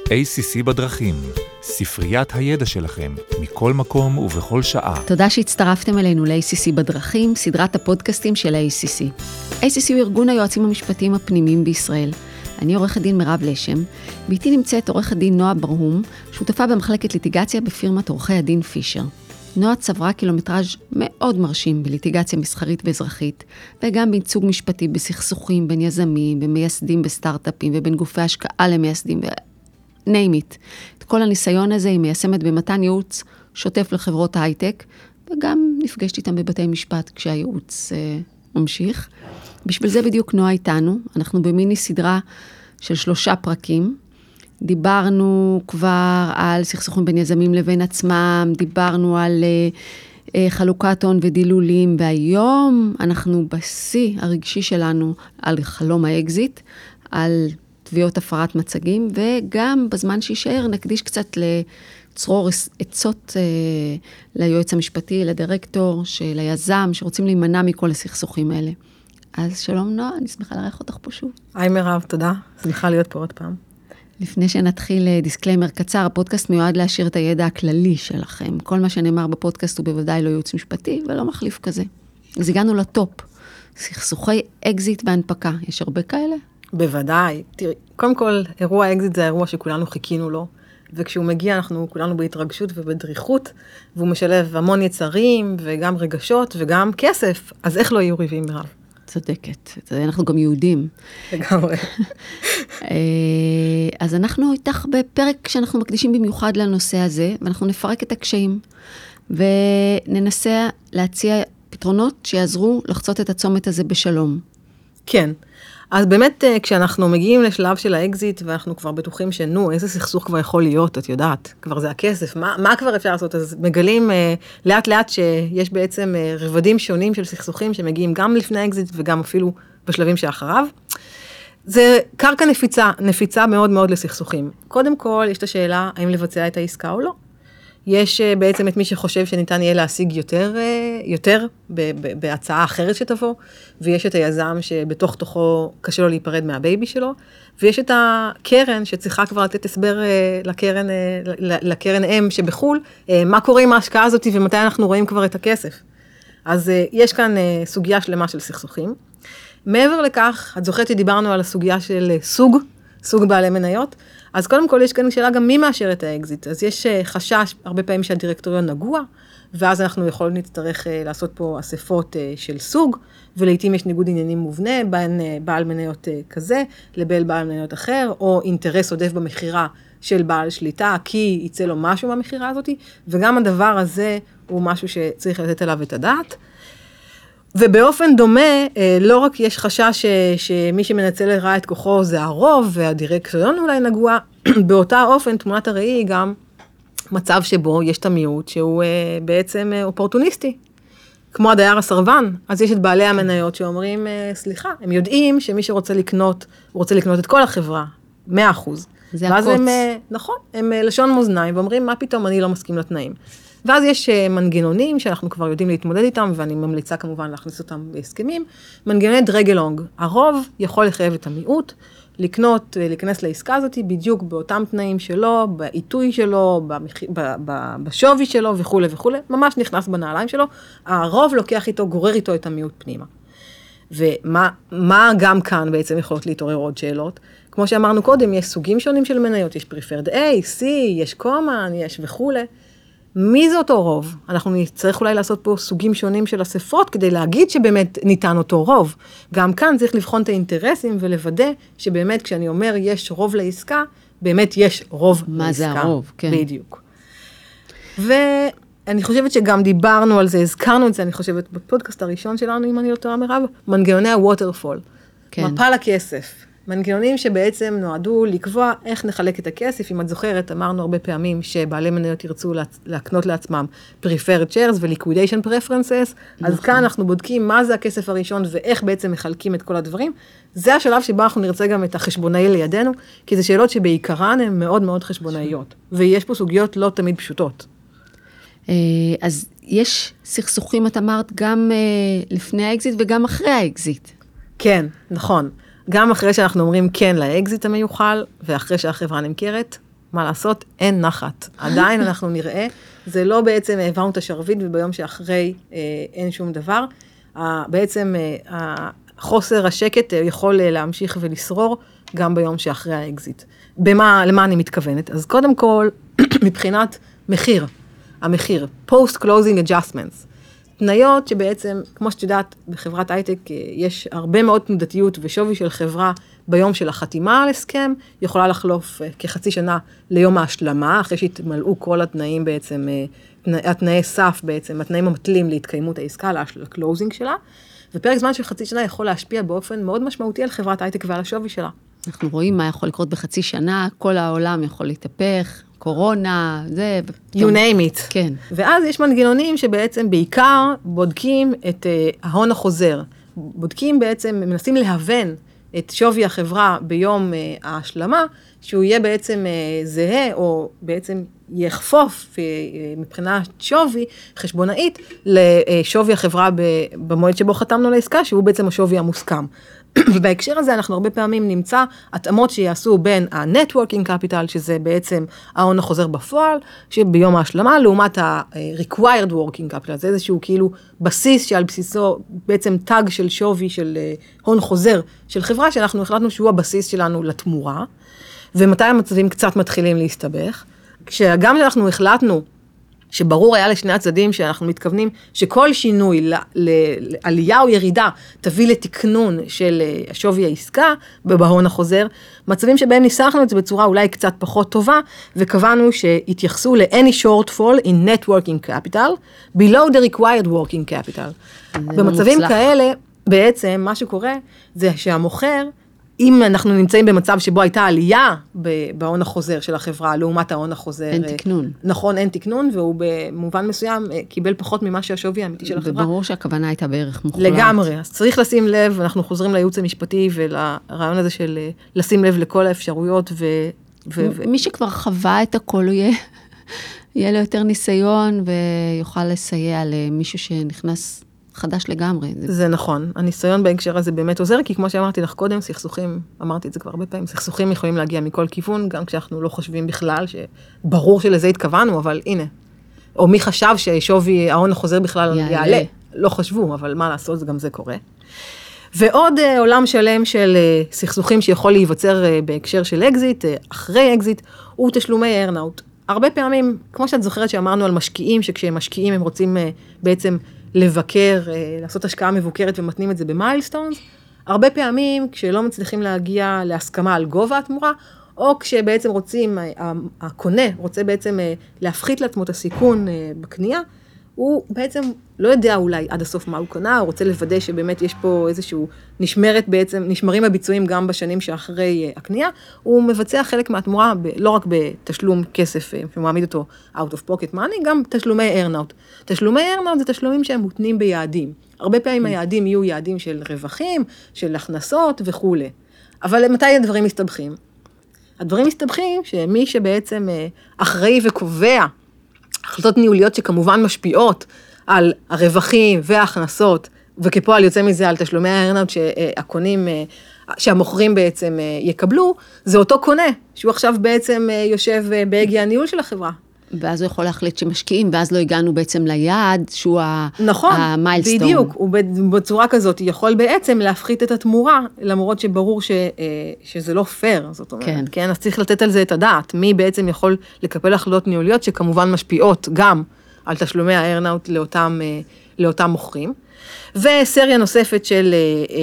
ACC בדרכים, ספריית הידע שלכם, מכל מקום ובכל שעה. תודה שהצטרפתם אלינו ל-ACC בדרכים, סדרת הפודקאסטים של ה-ACC. ACC הוא ארגון היועצים המשפטיים הפנימיים בישראל. אני עורכת דין מירב לשם, ואיתי נמצאת עורכת דין נועה ברהום, שותפה במחלקת ליטיגציה בפירמת עורכי הדין פישר. נועה צברה קילומטראז' מאוד מרשים בליטיגציה מסחרית ואזרחית, וגם בייצוג משפטי בסכסוכים בין יזמים ומייסדים בסטארט-אפים, ובין גופי השקעה למייסדים name it. את כל הניסיון הזה היא מיישמת במתן ייעוץ שוטף לחברות הייטק, וגם נפגשת איתם בבתי משפט כשהייעוץ ממשיך. בשביל זה בדיוק נועה איתנו, אנחנו במיני סדרה של 3 פרקים, דיברנו כבר על סכסוכים בין יזמים לבין עצמם, דיברנו על חלוקת הון ודילולים, והיום אנחנו בשיא הרגשי שלנו על חלום האקזיט, על תביעות הפרת מצגים, וגם בזמן שישאר נקדיש קצת לצרור עצות ליועץ המשפטי, לדירקטור, ליזם, שרוצים להימנע מכל הסכסוכים האלה. אז שלום נועה, אני שמחה לארח אותך פה שוב. היי מירב, תודה. שמחה להיות פה עוד פעם. לפני שנתחיל דיסקליימר קצר, הפודקאסט מיועד להשאיר את הידע הכללי שלכם. כל מה שנאמר בפודקאסט הוא בוודאי לא ייעוץ משפטי ולא מחליף כזה. אז הגענו לטופ. סכסוכי אקזיט והנפקה. יש הרבה כאלה? בוודאי. תראי, קודם כל, אירוע אקזיט זה האירוע שכולנו חיכינו לו, וכשהוא מגיע אנחנו כולנו בהתרגשות ובדריכות, והוא משלב המון יצרים וגם רגשות וגם כסף. אז איך לא יהיו ריבים מירב? צודקת. אנחנו גם יהודים. לגמרי. אז אנחנו איתך בפרק שאנחנו מקדישים במיוחד לנושא הזה, ואנחנו נפרק את הקשיים, וננסה להציע פתרונות שיעזרו לחצות את הצומת הזה בשלום. כן. אז באמת כשאנחנו מגיעים לשלב של האקזיט, ואנחנו כבר בטוחים איזה סכסוך כבר יכול להיות, את יודעת, כבר זה הכסף, מה כבר אפשר לעשות? אז מגלים לאט לאט שיש בעצם רבדים שונים של סכסוכים, שמגיעים גם לפני האקזיט וגם אפילו בשלבים שאחריו. זה קרקע נפיצה מאוד מאוד לסכסוכים. קודם כל, יש את השאלה, האם לבצע את העסקה או לא? יש בעצם את מי שחושב שניתן יהיה להשיג יותר בהצעה אחרת שתבוא, ויש את היזם שבתוך תוכו קשה לו להיפרד מהבייבי שלו, ויש את הקרן שצריכה כבר לתת הסבר לקרן אם שבחול, מה קורה עם ההשקעה הזאת ומתי אנחנו רואים כבר את הכסף. אז יש כאן סוגיה שלמה של סכסוכים. מעבר לכך, את זוכרת שדיברנו על הסוגיה של סוג בעלי מניות, אז קודם כל יש כאן שאלה גם מי מאשר את האקזיט. אז יש חשש הרבה פעמים שהדירקטוריון נגוע, ואז אנחנו יכולים להצטרך לעשות פה אספות של סוג, ולעיתים יש ניגוד עניינים מובנה בין בעל מניות כזה לבין בעל מניות אחר, או אינטרס עודף במחירה של בעל שליטה, כי יצא לו משהו במחירה הזאת, וגם הדבר הזה הוא משהו שצריך לתת עליו את הדעת. ובאופן דומה, לא רק יש חשש שמי שמנצל לרעה את כוחו זה הרוב, והדירקטוריון אולי נגוע, באותה אופן תמונת הראי היא גם מצב שבו יש את המיעוט שהוא בעצם אופורטוניסטי, כמו הדייר הסרבן. אז יש את בעלי המניות שאומרים, סליחה, הם יודעים שמי שרוצה לקנות, הוא רוצה לקנות את כל החברה, 100%. זה הקוץ. נכון, הם לשון מאזניים ואומרים, מה פתאום אני לא מסכים לתנאים. ואז יש מנגנונים שאנחנו כבר יודעים להתמודד איתם, ואני ממליצה כמובן להכניס אותם בהסכמים, מנגנוני דרגלונג. הרוב יכול לחייב את המיעוט, להיכנס לעסקה הזאת בדיוק באותם תנאים שלו, בעיתוי שלו, בשווי שלו וכו' וכו', ממש נכנס בנעליים שלו, הרוב לוקח איתו, גורר איתו את המיעוט פנימה. ומה גם כאן בעצם יכולות להתעורר עוד שאלות? כמו שאמרנו קודם, יש סוגים שונים של מניות, יש preferred A, C, יש common, יש וכו'. מי זה אותו רוב? אנחנו נצטרך אולי לעשות פה סוגים שונים של אספות, כדי להגיד שבאמת ניתן אותו רוב. גם כאן צריך לבחון את האינטרסים, ולוודא שבאמת כשאני אומר יש רוב לעסקה, באמת יש רוב לעסקה. מה זה הרוב? כן. בדיוק. ואני חושבת שגם דיברנו על זה, הזכרנו את זה, אני חושבת בפודקאסט הראשון שלנו, אם אני לא טועה מירב, מנגנוני הווטרפול. כן. מפל הכסף. מנגנונים שבעצם נועדו לקבוע איך נחלק את הכסף. אם את זוכרת, אמרנו הרבה פעמים שבעלי מניות ירצו להקנות לעצמם preferred shares ו-liquidation preferences, אז כאן אנחנו בודקים מה זה הכסף הראשון ואיך בעצם מחלקים את כל הדברים. זה השלב שבו אנחנו נרצה גם את החשבונאי לידינו, כי זה שאלות שבעיקרן הן מאוד מאוד חשבונאיות, ויש פה סוגיות לא תמיד פשוטות. אז יש סכסוכים, את אמרת, גם לפני האקזיט וגם אחרי האקזיט. כן, נכון. גם אחרי שאנחנו אומרים כן לאקזיט המיוחל, ואחרי שהחברה נמכרת, מה לעשות? אין נחת. עדיין אנחנו נראה, זה לא בעצם העברנו את השרביט, וביום שאחרי אין שום דבר. בעצם חוסר השקט יכול להמשיך ולשרור, גם ביום שאחרי האקזיט. למה אני מתכוונת? אז קודם כל, מבחינת המחיר, post-closing adjustments, תניות שבעצם, כמו שאת יודעת, בחברת הייטק יש הרבה מאוד תנודתיות ושווי של חברה ביום של החתימה על הסכם, יכולה לחלוף כחצי שנה ליום ההשלמה, אחרי שהתמלאו כל התנאים בעצם, התנאי סף בעצם, התנאים המתלים להתקיימות העסקה, לקלוזינג שלה, ופרק זמן של חצי שנה יכול להשפיע באופן מאוד משמעותי על חברת הייטק ועל השווי שלה. אנחנו רואים מה יכול לקרות בחצי שנה, כל העולם יכול להתהפך, קורונה, זה... You name it. כן. ואז יש מנגנונים שבעצם בעיקר בודקים את ההון החוזר. בודקים בעצם, מנסים להוון את שווי החברה ביום ההשלמה, שהוא יהיה בעצם זהה, או בעצם יחפוף מבחינת שווי חשבונאית, לשווי החברה במועד שבו חתמנו לעסקה, שהוא בעצם השווי המוסכם. ובהקשר הזה אנחנו הרבה פעמים נמצא התאמות שיעשו בין ה-networking capital, שזה בעצם ההון החוזר בפועל, שביום ההשלמה, לעומת ה-required working capital, זה איזשהו כאילו בסיס שעל בסיסו בעצם טאג של שווי של הון חוזר של חברה, שאנחנו החלטנו שהוא הבסיס שלנו לתמורה, ומתי המצבים קצת מתחילים להסתבך, כשגם שאנחנו החלטנו, שברור היה לשני הצדדים שאנחנו מתכוונים שכל שינוי לעלייה או ירידה תביא לתקנון של השווי העסקה בהון החוזר, מצבים שבהם ניסחנו את זה בצורה אולי קצת פחות טובה, וקבענו שהתייחסו ל-any shortfall in net working capital, below the required working capital. במצבים כאלה, בעצם מה שקורה זה שהמוכר, אם אנחנו נמצאים במצב שבו הייתה עלייה בהון החוזר של החברה, לעומת ההון החוזר. אין תקנון. נכון, אין תקנון, והוא במובן מסוים קיבל פחות ממה שהשווי האמיתי של החברה. וברור שהכוונה הייתה בערך מוחלט. לגמרי, אז צריך לשים לב, אנחנו חוזרים לייעוץ המשפטי, ולרעיון הזה של לשים לב לכל האפשרויות, מי שכבר חווה את הכל, יהיה לו יותר ניסיון, ויוכל לסייע למישהו שנכנס חדש לגמרי. זה נכון. הניסיון בהקשר הזה באמת עוזר, כי כמו שאמרתי לך קודם, סכסוכים, אמרתי את זה כבר הרבה פעמים, סכסוכים יכולים להגיע מכל כיוון, גם כשאנחנו לא חושבים בכלל, שברור שלזה התכוונו, אבל הנה. או מי חשב ששווי ההון החוזר בכלל יעלה. לא חשבו, אבל מה לעשות, גם זה קורה. ועוד עולם שלם של סכסוכים שיכול להיווצר בהקשר של אקזיט, אחרי אקזיט, הוא תשלומי ארנאוט. הרבה פעמים, כמו שאת זוכרת שאמרנו על משקיעים, שכשהם משקיעים הם רוצים בעצם לבקר, לעשות השקעה מבוקרת ומתנים את זה במיילסטונס, הרבה פעמים כשלא מצליחים להגיע להסכמה על גובה התמורה, או כשבעצם רוצים, הקונה רוצה בעצם להפחית לעצמו את הסיכון בקנייה, הוא בעצם לא יודע אולי עד הסוף מה הוא קנה, הוא רוצה לוודא שבאמת יש פה איזשהו נשמרים הביצועים גם בשנים שאחרי הקנייה, הוא מבצע חלק מהתמורה, לא רק בתשלום כסף שמעמיד אותו out of pocket money, גם תשלומי earnout. תשלומי earnout זה תשלומים שהם מותנים ביעדים. הרבה פעמים היעדים יהיו יעדים של רווחים, של הכנסות וכו'. אבל מתי הדברים מסתבכים? הדברים מסתבכים שמי שבעצם אחראי וקובע החלטות ניהוליות שכמובן משפיעות על הרווחים וההכנסות, וכפועל יוצא מזה על תשלומי הארנאוט שהקונים, שהמוכרים בעצם יקבלו, זה אותו קונה, שהוא עכשיו בעצם יושב בהגה הניהול של החברה. ואז הוא יכול להחליט שמשקיעים, ואז לא הגענו בעצם ליעד, שהוא נכון, המיילסטון. בדיוק, הוא בצורה כזאת יכול בעצם להפחית את התמורה, למרות שברור שזה לא פייר, זאת אומרת, כן, אז צריך לתת על זה את הדעת, מי בעצם יכול לקבל החלטות ניהוליות, שכמובן משפיעות גם על תשלומי הארנאוט לאותם מוכרים, וסריה נוספת של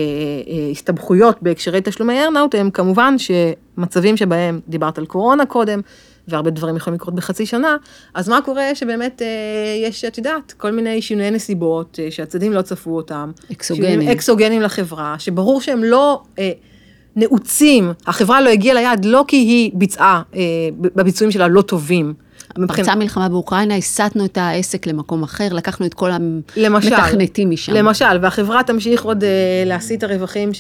הסתבכויות בהקשרי תשלומי הארנאוט, הם כמובן שמצבים שבהם דיברת על קורונה קודם, והרבה דברים יכולים לקרות בחצי שנה, אז מה קורה שבאמת יש, את יודעת, כל מיני שינויי נסיבות, שהצדדים לא צפו אותם. אקסוגנים לחברה, שברור שהם לא נעוצים, החברה לא הגיעה ליעד, לא כי היא ביצעה, בביצועים שלה לא טובים. פרצה מלחמה באוקראינה, הסתנו את העסק למקום אחר, לקחנו את כל המתכנתים משם. למשל, והחברה תמשיך עוד להסיט הרווחים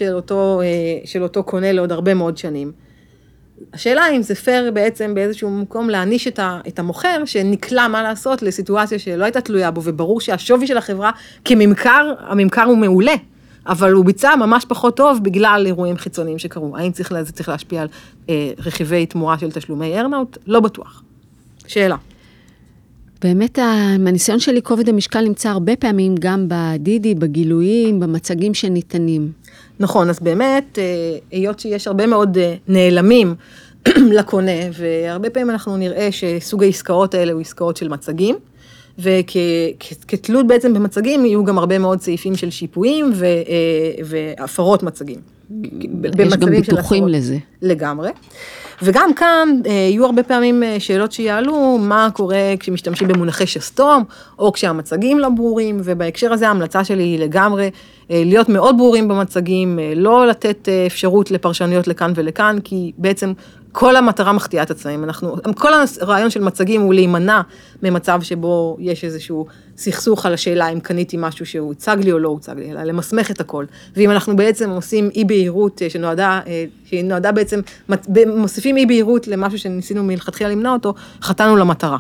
של אותו קונה לעוד הרבה מאוד שנים. השאלה אם זה פייר בעצם באיזשהו מקום להעניש את המוכר, שנקלע מה לעשות לסיטואציה שלא הייתה תלויה בו, וברור שהשווי של החברה כממכר, הממכר הוא מעולה. אבל הוא ביצע ממש פחות טוב בגלל אירועים חיצוניים שקרו. האם זה צריך להשפיע על רכיבי תמורה של תשלומי ארנאוט? לא בטוח. שאלה. באמת, מהניסיון שלי, כובד המשקל נמצא הרבה פעמים גם בדידי, בגילויים, במצגים שניתנים. נכון, אז באמת, היות שיש הרבה מאוד נעלמים לקונה, והרבה פעמים אנחנו נראה שסוג העסקאות האלה הוא עסקאות של מצגים, וכתלות בעצם במצגים יהיו גם הרבה מאוד סעיפים של שיפויים והפרות מצגים. יש גם ביטוחים לזה. לגמרי. וגם כאן יהיו הרבה פעמים שאלות שיעלו, מה קורה כשמשתמשים במונחי שסתום, או כשהמצגים לא ברורים, ובהקשר הזה ההמלצה שלי היא לגמרי להיות מאוד ברורים במצגים, לא לתת אפשרות לפרשנויות לכאן ולכאן, כי בעצם כל המטרה מחטיאה את עצמם. כל הרעיון של מצגים הוא להימנע ממצב שבו יש איזשהו סכסוך על השאלה אם קניתי משהו שהוא הוצג לי או לא הוצג לי, אלא למסמך את הכל. ואם אנחנו בעצם עושים אי בהירות שנועדה בעצם, מוסיפים אי בהירות למשהו שניסינו מלכתחילה למנוע אותו, חטאנו למטרה.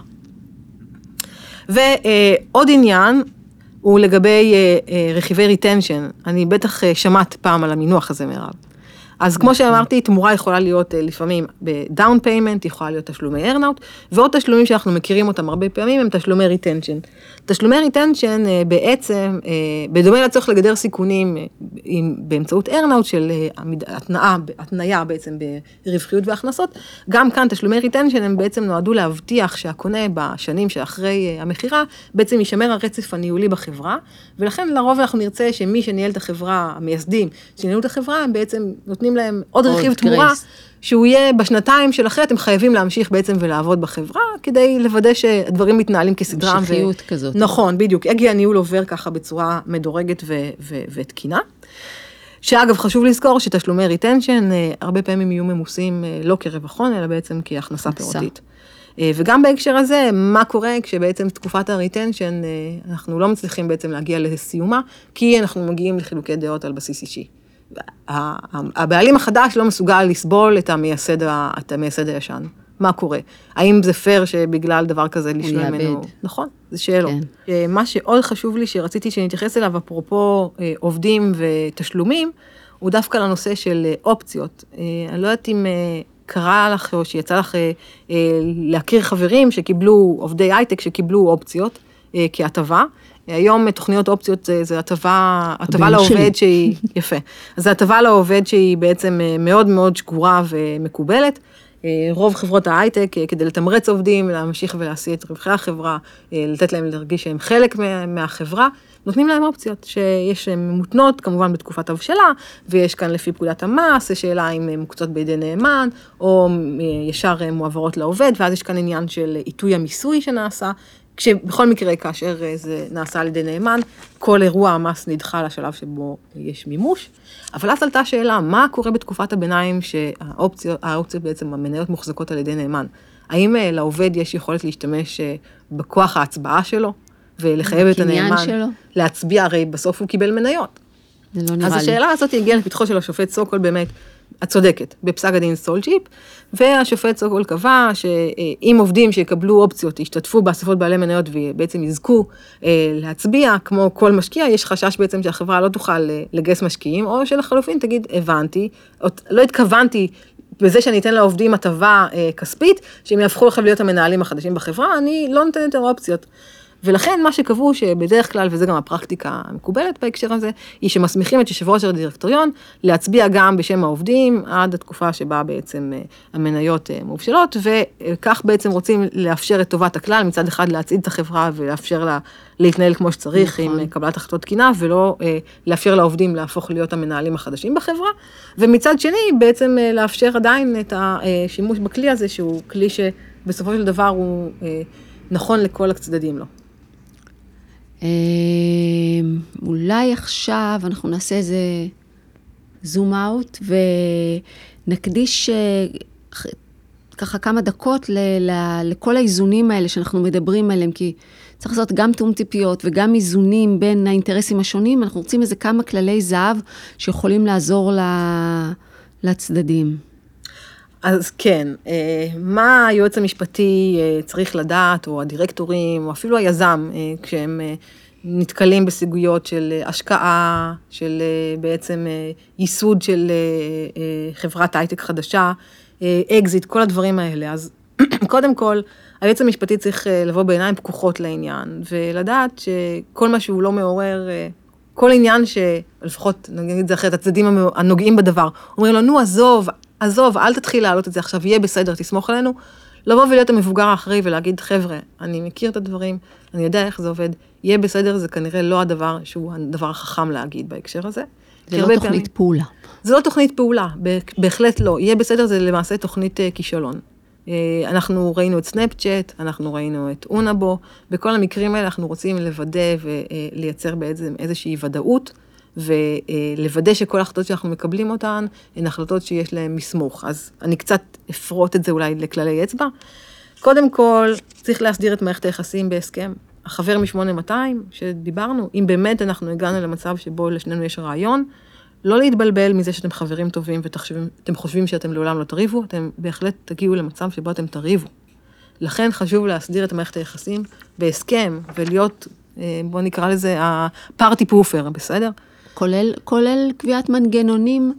ועוד עניין הוא לגבי רכיבי ריטנשן. אני בטח שמעת פעם על המינוח הזה מירב. אז כמו שאמרתי, תמורה יכולה להיות לפעמים בדאון פיימנט, יכולה להיות תשלומי ארנאוט, ועוד תשלומים שאנחנו מכירים אותם הרבה פעמים הם תשלומי ריטנשן. תשלומי ריטנשן בעצם, בדומה לצורך לגדר סיכונים באמצעות ארנאוט של התניה בעצם ברווחיות והכנסות, גם כאן תשלומי ריטנשן הם בעצם נועדו להבטיח שהקונה בשנים שאחרי המחירה, בעצם יישמר הרצף הניהולי בחברה, ולכן לרוב אנחנו נרצה שמי שניהל את החברה, המייסדים שניהלו את החברה, הם בעצם נותנים להם עוד רכיב תמורה, שהוא יהיה בשנתיים של אחרי, אתם חייבים להמשיך בעצם ולעבוד בחברה, כדי לוודא שהדברים מתנהלים כסדרם. המשכיות כזאת. נכון, בדיוק. הניהול עובר ככה בצורה מדורגת ותקינה. שאגב, חשוב לזכור שתשלומי ריטנשן, הרבה פעמים יהיו ממוסים לא כרווחון, אלא בעצם כהכנסה פירותית. וגם בהקשר הזה, מה קורה כשבעצם תקופת הריטנשן, אנחנו לא מצליחים בעצם להגיע לסיומה, כי אנחנו מגיעים לחילוקי דעות על בסיס אישי. הבעלים החדש לא מסוגל לסבול את המייסד הישן. מה קורה? האם זה פייר שבגלל דבר כזה לשלול ממנו? נכון, זה שאלות. כן. מה שעוד חשוב לי שרציתי שנתייחס אליו, אפרופו עובדים ותשלומים, הוא דווקא לנושא של אופציות. אני לא יודעת אם קרה לך או שיצא לך להכיר חברים שקיבלו, עובדי הייטק שקיבלו אופציות כהטבה. היום תוכניות אופציות זה הטבה לעובד שהיא, יפה. אז זה הטבה לעובד שהיא בעצם מאוד מאוד שגורה ומקובלת. רוב חברות ההייטק, כדי לתמרץ עובדים, להמשיך ולהשיא את רווחי החברה, לתת להם להרגיש שהם חלק מהחברה, נותנים להם אופציות שיש מותנות, כמובן בתקופת הבשלה, ויש כאן לפי פקודת המס, שאלה אם הן מוקצות בידי נאמן, או ישר מועברות לעובד, ואז יש כאן עניין של עיתוי המיסוי שנעשה, כשבכל מקרה, כאשר זה נעשה על ידי נאמן, כל אירוע המס נדחה לשלב שבו יש מימוש, אבל אז עלתה שאלה, מה קורה בתקופת הביניים שהאופציות בעצם, המניות מוחזקות על ידי נאמן? האם לעובד יש יכולת להשתמש בכוח ההצבעה שלו, ולחייב את הנאמן להצביע, הרי בסוף הוא קיבל מניות. זה לא נראה לי. אז השאלה הזאת הגיעה לפתחו של השופט סוקול באמת, את צודקת, בפסק הדין סולצ'יפ, והשופט סוקול קבע שאם עובדים שיקבלו אופציות, ישתתפו באספות בעלי מניות ובעצם יזכו להצביע, כמו כל משקיע, יש חשש בעצם שהחברה לא תוכל לגייס משקיעים, או שלחלופין תגיד, הבנתי, לא התכוונתי בזה שאני אתן לעובדים הטבה כספית, שהם יהפכו לכם להיות המנהלים החדשים בחברה, אני לא נותנת יותר אופציות. ולכן מה שקבעו שבדרך כלל, וזה גם הפרקטיקה המקובלת בהקשר הזה, היא שמסמיכים את יושב ראש הדירקטוריון להצביע גם בשם העובדים, עד התקופה שבה בעצם המניות מובשלות, וכך בעצם רוצים לאפשר את טובת הכלל, מצד אחד להצעיד את החברה ולאפשר לה להתנהל כמו שצריך, נכון. עם קבלת החלטות תקינה, ולא לאפשר לעובדים להפוך להיות המנהלים החדשים בחברה, ומצד שני בעצם לאפשר עדיין את השימוש בכלי הזה, שהוא כלי שבסופו של דבר הוא נכון לכל הצדדים לו. אולי עכשיו אנחנו נעשה איזה זום אאוט ונקדיש ככה כמה דקות לכל האיזונים האלה שאנחנו מדברים עליהם, כי צריך לעשות גם תאום ציפיות וגם איזונים בין האינטרסים השונים, אנחנו רוצים איזה כמה כללי זהב שיכולים לעזור לצדדים. אז כן, מה היועץ המשפטי צריך לדעת, או הדירקטורים, או אפילו היזם, כשהם נתקלים בסוגיות של השקעה, של בעצם ייסוד של חברת הייטק חדשה, אקזיט, כל הדברים האלה. אז קודם כל, היועץ המשפטי צריך לבוא בעיניים פקוחות לעניין, ולדעת שכל מה שהוא לא מעורר, כל עניין שלפחות, נגיד את זה אחרת, הצדדים הנוגעים בדבר, אומרים לו, נו, עזוב, אל תתחיל להעלות את זה עכשיו, יהיה בסדר, תסמוך עלינו, לבוא ולהיות המבוגר האחרי ולהגיד, חבר'ה, אני מכיר את הדברים, אני יודע איך זה עובד, יהיה בסדר, זה כנראה לא הדבר שהוא הדבר החכם להגיד בהקשר הזה. זה לא תוכנית פעולה. זה לא תוכנית פעולה, בהחלט לא. יהיה בסדר, זה למעשה תוכנית כישלון. אנחנו ראינו את סנאפצ'אט, אנחנו ראינו את אונאבו, בכל המקרים האלה אנחנו רוצים לוודא ולייצר בעצם איזושהי ודאות, ולוודא שכל ההחלטות שאנחנו מקבלים אותן, הן החלטות שיש להן מסמוך. אז אני קצת אפרוט את זה אולי לכללי אצבע. קודם כל, צריך להסדיר את מערכת היחסים בהסכם. החבר מ-8200 שדיברנו, אם באמת אנחנו הגענו למצב שבו לשנינו יש רעיון, לא להתבלבל מזה שאתם חברים טובים ואתם חושבים שאתם לעולם לא תריבו, אתם בהחלט תגיעו למצב שבו אתם תריבו. לכן חשוב להסדיר את מערכת היחסים בהסכם ולהיות, בוא נקרא לזה, הפארטי פופר, בסדר? כולל קביעת מנגנונים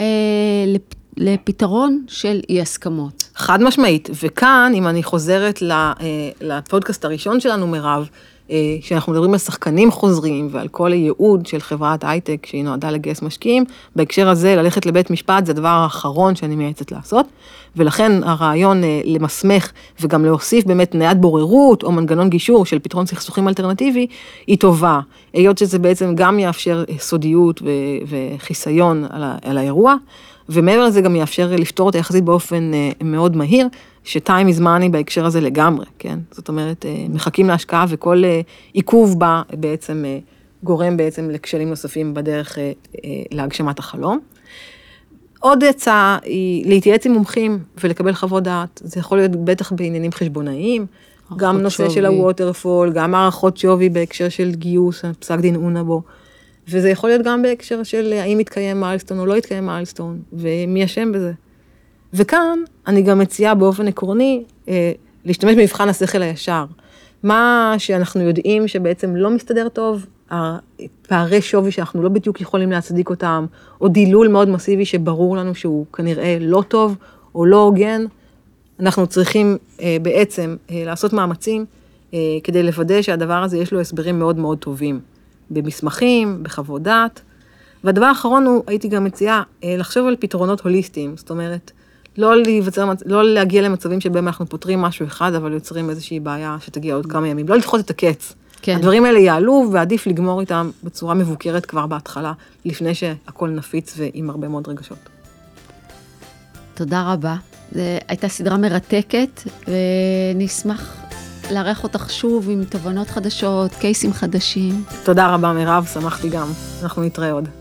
לפתרון של אי-הסכמות. חד משמעית, וכאן, אם אני חוזרת לפודקאסט הראשון שלנו, מירב, שאנחנו מדברים על שחקנים חוזרים ועל כל הייעוד של חברת הייטק שהיא נועדה לגייס משקיעים, בהקשר הזה ללכת לבית משפט זה הדבר האחרון שאני מייעצת לעשות, ולכן הרעיון למסמך וגם להוסיף באמת תניית בוררות או מנגנון גישור של פתרון סכסוכים אלטרנטיבי, היא טובה, היות שזה בעצם גם יאפשר סודיות וחיסיון על האירוע, ומעבר לזה גם יאפשר לפתור את היחסית באופן מאוד מהיר, שטיים הזמני בהקשר הזה לגמרי, כן? זאת אומרת, מחכים להשקעה וכל עיכוב בה בעצם גורם בעצם לכשלים נוספים בדרך להגשמת החלום. עוד עצה היא להתייעץ עם מומחים ולקבל חוות דעת, זה יכול להיות בטח בעניינים חשבונאיים, גם נושא של הווטרפול, גם מערכות שווי בהקשר של גיוס, פסק דין אונאבו, וזה יכול להיות גם בהקשר של האם מתקיים מיילסטון או לא יתקיים מיילסטון, ומי אשם בזה. וכאן אני גם מציעה באופן עקרוני להשתמש במבחן השכל הישר. מה שאנחנו יודעים שבעצם לא מסתדר טוב, פערי שווי שאנחנו לא בדיוק יכולים להצדיק אותם, או דילול מאוד מסיבי שברור לנו שהוא כנראה לא טוב או לא הוגן, אנחנו צריכים בעצם לעשות מאמצים כדי לוודא שהדבר הזה יש לו הסברים מאוד מאוד טובים, במסמכים, בחוות דעת. והדבר האחרון הוא, הייתי גם מציעה, לחשוב על פתרונות הוליסטיים, זאת אומרת, לא להגיע למצבים שבהם אנחנו פותרים משהו אחד, אבל יוצרים איזושהי בעיה שתגיע עוד כמה ימים. לא לדחות את הקץ. כן. הדברים האלה יעלו, ועדיף לגמור איתם בצורה מבוקרת כבר בהתחלה, לפני שהכל נפיץ ועם הרבה מאוד רגשות. תודה רבה. זו הייתה סדרה מרתקת, ונשמח לארח אותך שוב עם תובנות חדשות, קייסים חדשים. תודה רבה מירב, שמחתי גם. אנחנו נתראה עוד.